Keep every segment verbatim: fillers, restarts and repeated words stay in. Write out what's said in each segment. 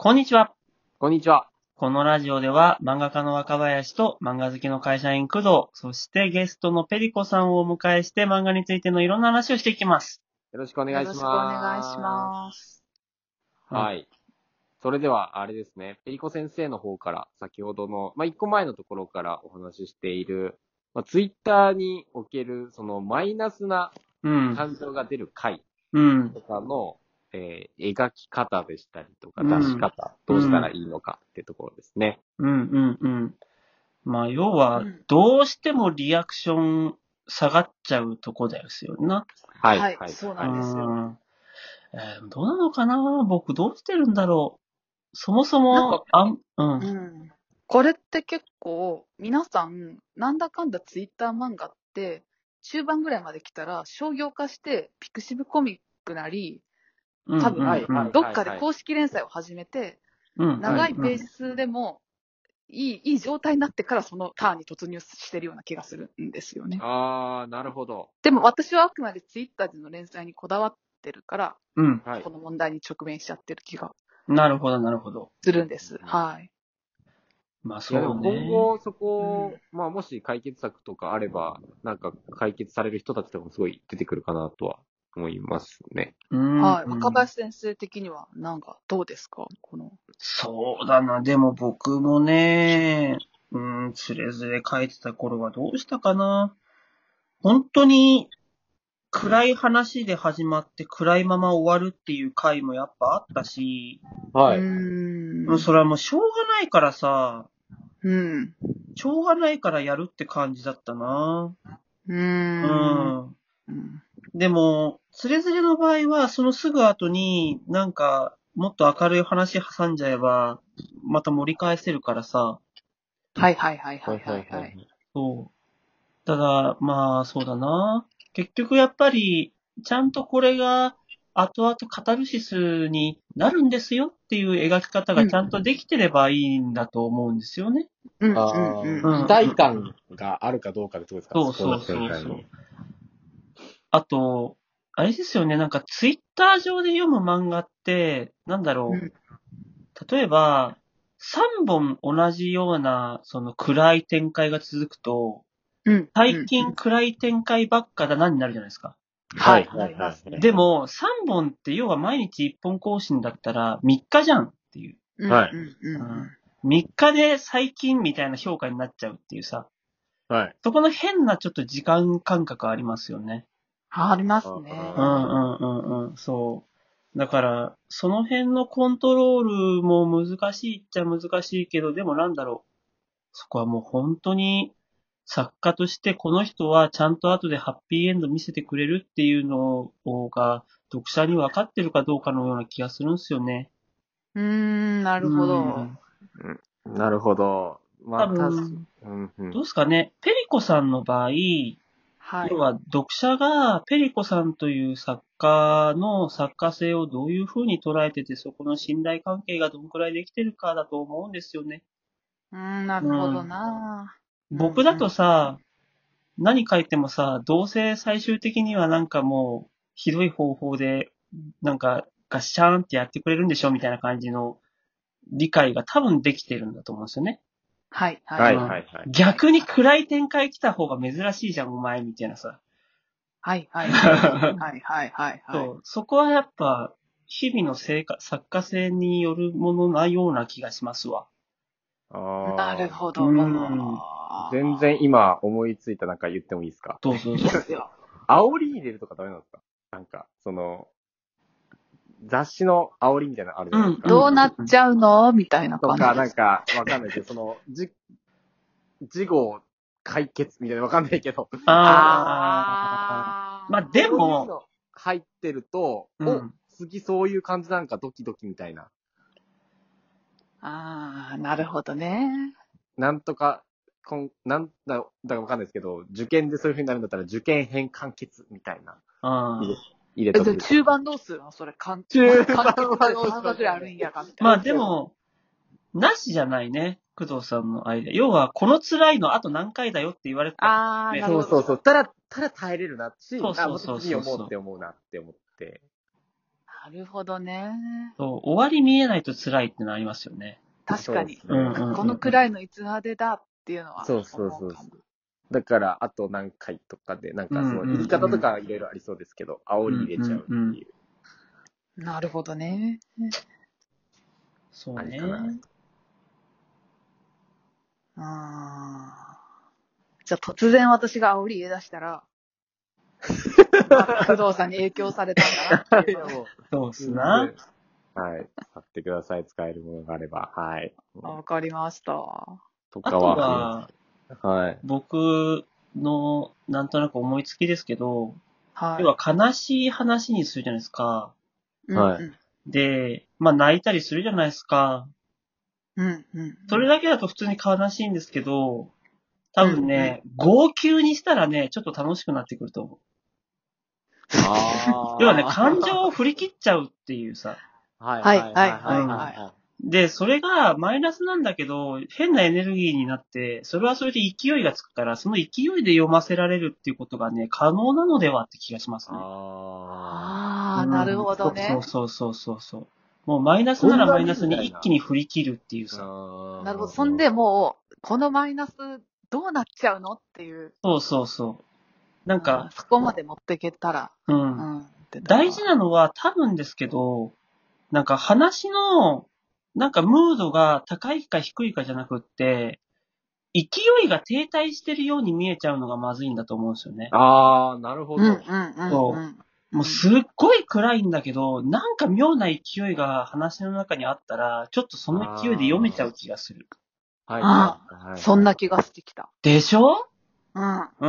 こんにちは。 こんにちは。 このラジオでは漫画家の若林と漫画好きの会社員工藤、そしてゲストのペリコさんをお迎えして漫画についてのいろんな話をしていきます。 よろしくお願いします。 よろしくお願いします。 はい。それでは、あれですね。ペリコ先生の方から先ほどの、まあ、一個前のところからお話ししている、まあ、ツイッターにおける、そのマイナスな感情が出る回とかの、うんえー、描き方でしたりとか、出し方、うん、どうしたらいいのかっていうところですね。 うんうんうん。まあ、要は、どうしてもリアクション下がっちゃうとこですよな。 はい。 はい、はい、そうなんですよ。 うんえー、どうなのかな僕どうしてるんだろう。そもそも、あん、うん、うん。 これって結構、皆さん、なんだかんだツイッター漫画って、中盤ぐらいまで来たら商業化してピクシブコミックなり、多分、うんうん、どっかで公式連載を始めて、うん、長いページ数でもいい、いい状態になってからそのターンに突入してるような気がするんですよね。 あー、なるほど。 でも私はあくまでツイッターでの連載にこだわってるから、 うん、 この問題に直面しちゃってる気が。 なるほど、なるほど。 するんです。はい。 まあそうね。 今後そこ、うん、まあもし解決策とかあれば、なんか解決される人たちとかもすごい出てくるかなとは思いますね。 はい。若林先生的にはなんかどうですかこの。 そうだな。でも僕もね、うん、つれづれ書いてた頃はどうしたかな。本当に暗い話で始まって暗いまま終わるっていう回もやっぱあったし、 はい。 うーん。それはもうしょうがないからさ、 うん。 しょうがないからやるって感じだったな。 うーん。 うん。でも、つれづれの場合は、そのすぐ後になんか、もっと明るい話挟んじゃえば、また盛り返せるからさ。 はいはいはいはいはいはい。 そう。ただ、まあ、そうだな。結局やっぱり、ちゃんとこれが、後々カタルシスになるんですよっていう描き方がちゃんとできてればいいんだと思うんですよね。 うん。ああ、期待感があるかどうかでどうですか？ そうそうそうそう。あと、あれですよね、なんかツイッター上で読む漫画って、なんだろう。うん、例えば、さんぼん同じような、その暗い展開が続くと、うん、最近暗い展開ばっかだなになるじゃないですか。 はい、なりますね。 でも、さんぼんって要は毎日いっぽん更新だったらみっかじゃんっていう。 はい。 みっかで最近みたいな評価になっちゃうっていうさ。 はい。 そこの変なちょっと時間感覚ありますよね。 ありますね。 うんうんうんうん。そう。だから、その辺のコントロールも難しいっちゃ難しいけど、でもなんだろう。そこはもう本当に作家としてこの人はちゃんと後でハッピーエンド見せてくれるっていうのが読者に分かってるかどうかのような気がするんですよね。 うーん、なるほど。うんなるほど。 まあ、多分、うんうん、どうですかね。ペリコさんの場合、はい、要は読者がペリコさんという作家の作家性をどういうふうに捉えてて、そこの信頼関係がどのくらいできてるかだと思うんですよね。 うーん、なるほどな、 うん。僕だとさ、うん、何書いてもさ、どうせ最終的にはなんかもう、ひどい方法で、なんかガッシャーンってやってくれるんでしょみたいな感じの理解が多分できてるんだと思うんですよね。 はい、 はい、はい、はい。 逆に暗い展開来た方が珍しいじゃん、お前、みたいなさ。 はい、はい、はい、はい、はい、はい。 そう、そこはやっぱ、日々の成果、作家性によるものなような気がしますわ。 あなるほど。 全然今思いついたなんか言ってもいいですか？ どうぞどうぞ。 煽り入れるとかダメなんですか？なんか、その、雑誌の煽りみたいなのあるじゃないですか。 うん、どうなっちゃうのみたいな感じ。 とか、なんか、わかんないけど、その、じ、事後解決みたいなわかんないけど。 ああ。まあ、でも、 の入ってると、うん、お、次そういう感じなんかドキドキみたいな。 ああ、なるほどね。 なんとか、こん、なんだ、だからわかんないですけど、受験でそういう風になるんだったら、受験編完結みたいな。 ああ。 入れたと。中盤どうするのそれ、かん、中盤はさんわぐらいあるんやかみたいな。 まあでも、なしじゃないね。工藤さんの間。要は、この辛いのあと何回だよって言われた。 ああ、なるほど。 そうそうそう。ただ、ただ耐えれるなし、 そうそうそうそう。 あ、もっと次読もうって思うなって思って。 なるほどね。 そう、終わり見えないと辛いってのありますよね。 確かに。 うんうんうん、 このくらいのいつまでだっていうのはそうそうそうそう。だから、あと何回とかで、なんかその言い方とかいろいろありそうですけど、煽り入れちゃうっていう。うんうんうん、なるほどね。 そうね。 あじゃあ突然私が煽り入れ出したら、工藤さんに影響されたんだなっていうのを。 そうっすな。 はい。買ってください。使えるものがあれば。はい。 わかりました。 とかは、 はい。 僕のなんとなく思いつきですけど、 はい。 要は悲しい話にするじゃないですか。 はい。 で、まあ泣いたりするじゃないですか。 うんうん。 それだけだと普通に悲しいんですけど、多分ね、うんうん、号泣にしたらね、ちょっと楽しくなってくると思う。あ要はね、感情を振り切っちゃうっていうさ。 はいはいはいはい、はいうん。で、それがマイナスなんだけど、変なエネルギーになって、それはそれで勢いがつくから、その勢いで読ませられるっていうことがね、可能なのではって気がしますね。 ああ、うん、なるほどね。 そうそうそうそう。もうマイナスならマイナスに一気に振り切るっていうさ。 なるほど。そんでもう、このマイナスどうなっちゃうのっていう。 そうそうそう。なんか、 そこまで持っていけたら。 うん。うん、大事なのは多分ですけど、なんか話の、なんかムードが高いか低いかじゃなくって、勢いが停滞してるように見えちゃうのがまずいんだと思うんですよね。 ああ、なるほど。うんうんうん、 そう。もうすっごい暗いんだけど、なんか妙な勢いが話の中にあったら、ちょっとその勢いで読めちゃう気がする。 はいはいはい。そんな気がしてきた。 でしょ？ うん。 うん。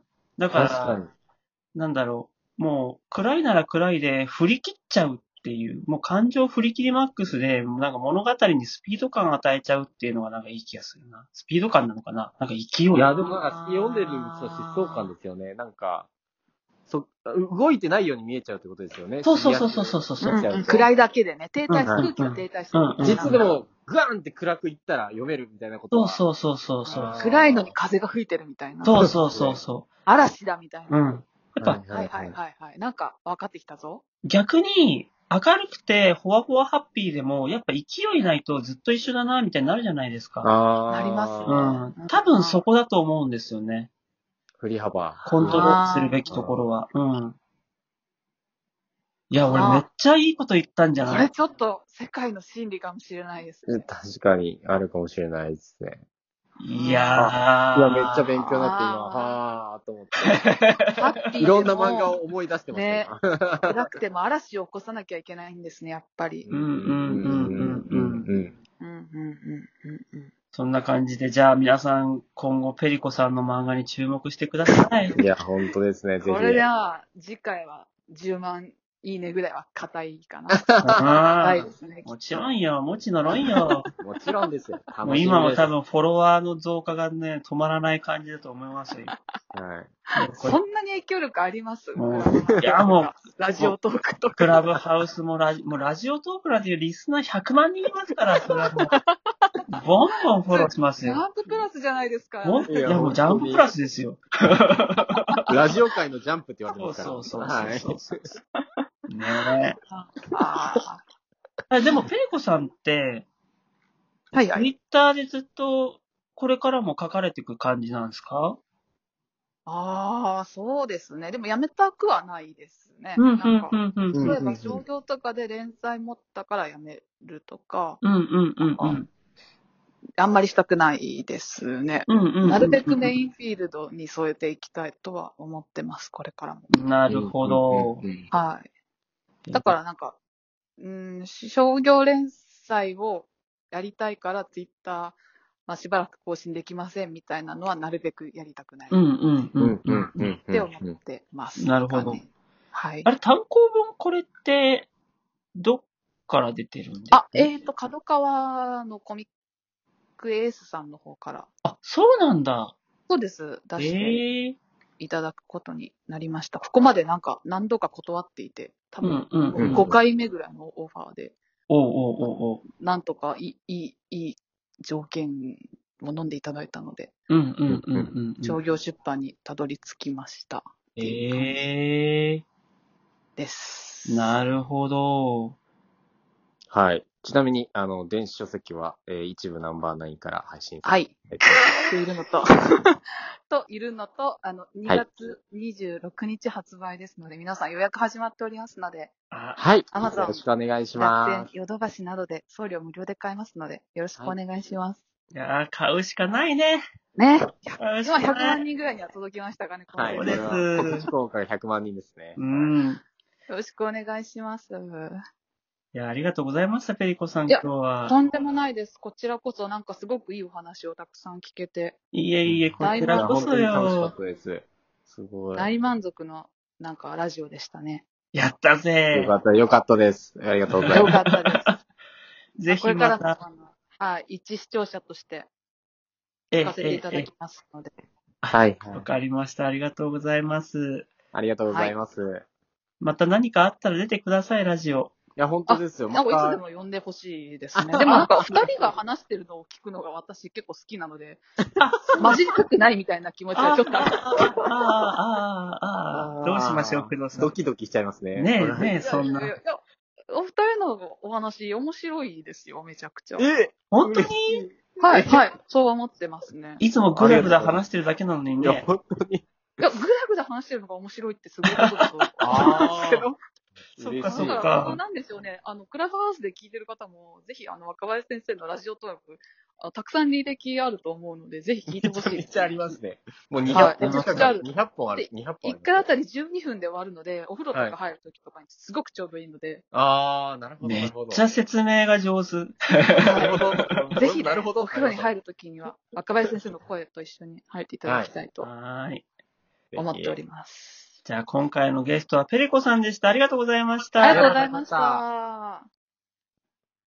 だから、確かになんだろう。もう、暗いなら暗いで振り切っちゃうっていう、もう感情振り切りマックスで、なんか物語にスピード感を与えちゃうっていうのがなんかいい気がするな。スピード感なのかな？なんか勢い。いや、でもなんか読んでるそう疾走感ですよね。なんか、そ、動いてないように見えちゃうってことですよね。 そうそうそうそうそうそう、 うん。暗いだけでね。停滞、空気が停滞してる。 実でも、グワンって暗くいったら読めるみたいなことは。 そうそうそうそう。 暗いのに風が吹いてるみたいな。 そうそうそうそう。 嵐だみたいな。 うん。 やっぱ、はいはいはいはい。なんか分かってきたぞ。 逆に、明るくて、ほわほわハッピーでも、やっぱ勢いないとずっと一緒だな、みたいになるじゃないですか。 ああ。なりますね。うん。多分そこだと思うんですよね。 振り幅。 コントロールするべきところは。うん。いや、俺めっちゃいいこと言ったんじゃない？ これちょっと世界の真理かもしれないですね。 確かに、あるかもしれないですね。 いやー。いや、めっちゃ勉強になって今、はーと思って。ハッピーいろんな漫画を思い出してますね。 暗くても嵐を起こさなきゃいけないんですね、やっぱり。 うんうんうんうんうん。うんうんうんうん。そんな感じで、じゃあ皆さん、今後ペリコさんの漫画に注目してください。 いや、本当ですね、ぜひ。 これでは、次回はじゅうまんいいねぐらいは硬いかな。硬いですね。 もちろんよ、もちのろんよ。 もちろんですよ。 もう今も多分フォロワーの増加がね、止まらない感じだと思いますよ。 はい。 そんなに影響力あります？ いや、もう、 ラジオトークとか。 クラブハウスもラジ、もうラジオトークなんていうリスナーひゃくまんにんいますから、それはもう。ボンボンフォローしますよ。 ジャンププラスじゃないですか。 いや、もうジャンププラスですよ。 ラジオ界のジャンプって言われてますから。 そうそうそうそう。ねえ。あでも、ペリコさんって、はいはい。ツイッターでずっと、これからも書かれていく感じなんですか？ ああ、そうですね。でもやめたくはないですね。 うん、 なんか、 うん、うん。 例えば商業とかで連載持ったからやめるとか、 うん、うん、うん、うん。 あんまりしたくないですね。うん、うん。なるべくメインフィールドに添えていきたいとは思ってます、これからも。 なるほど。 はい。だからなんか、うん、商業連載をやりたいからツイッター、まあ、しばらく更新できませんみたいなのはなるべくやりたくない。 うんうんうんうんうん。って思ってます、 ね。なるほど。 はい。 あれ、単行本これって、どっから出てるんですか？ あ、えっと、角川のコミックエースさんの方から。 あ、そうなんだ。 そうです。出していただくことになりました。ここまでなんか何度か断っていて、多分ごかいめぐらいのオファーで。 おうおうおうおう。 なんとかいい、いい、いい条件を飲んでいただいたので、 うんうんうんうん。 商業出版にたどり着きました。 ええー。 です。 なるほど。 はい。ちなみに、あの、電子書籍は、えー、一部ナンバーナインから配信さはれてい。といるのと、といるのと、あの、にがつにじゅうろくにち発売ですので、皆さん予約始まっておりますので、 はい。 Amazon、 よろしくお願いし楽天、 ます。 ヨドバシなどで送料無料で買えますので、よろしくお願いします。 いやー、買うしかないね。 ね。 買うし今かない。 ひゃくまんにんぐらいには届きましたかね、 はい。 そうですこれは告知効果がひゃくまんにんですね。 うん。 よろしくお願いします。 いや、ありがとうございました、ペリコさん、 いや今日は。 とんでもないです。こちらこそなんかすごくいいお話をたくさん聞けて、 いえいえ、こち大満らこそ本当に楽しかよっ。たです。すごい。 大満足のなんかラジオでしたね。 やったぜよかった、よかったです。ありがとうございよます。 かったです。 ぜこれからもひまた。 あの、はい、一視聴者としてえ聞かせていただきますので。 はい。 わかりました。ありがとうございます。 ありがとうございます。はい、 また何かあったら出てください、ラジオ。 いや、本当ですよ。 なんかいつでも呼んでほしいですね。でもなんか二人が話してるのを聞くのが私結構好きなので、混じりたくないみたいな気持ちはちょっとある。 ああ、ああ、ああ、どうしましょう、工藤さん。 ドキドキしちゃいますね。 ねえ、ねえ、そんな。 いやいやお二人のお話面白いですよ、めちゃくちゃ。 え本当にはい、はい。そう思ってますね。 いつもグダグダ話してるだけなのにね。 いや、本当に。 いや、ぐだぐだ話してるのが面白いってすごいことだと思うんですけど。 そっかそっだか。 から、なんでしょうね。あの、クラブハウスで聞いてる方も、ぜひ、あの、若林先生のラジオトーク、あのたくさん履歴あると思うので、ぜひ聞いてほしい。 めちゃめちゃありますね。もうはいにひゃっぽん近くある。にひゃっぽんある。にひゃっぽんある。 いっかいあたりじゅうにふんで終わるので、お風呂とか入るときとかにすごくちょうどいいので。 あー、なるほど。 めっちゃ説明が上手。 なるほど。 ぜひ、 なるほど。 お風呂に入るときには、若林先生の声と一緒に入っていただきたいとはい思っております。 じゃあ今回のゲストはペレコさんでした。ありがとうございました。 ありがとうございました。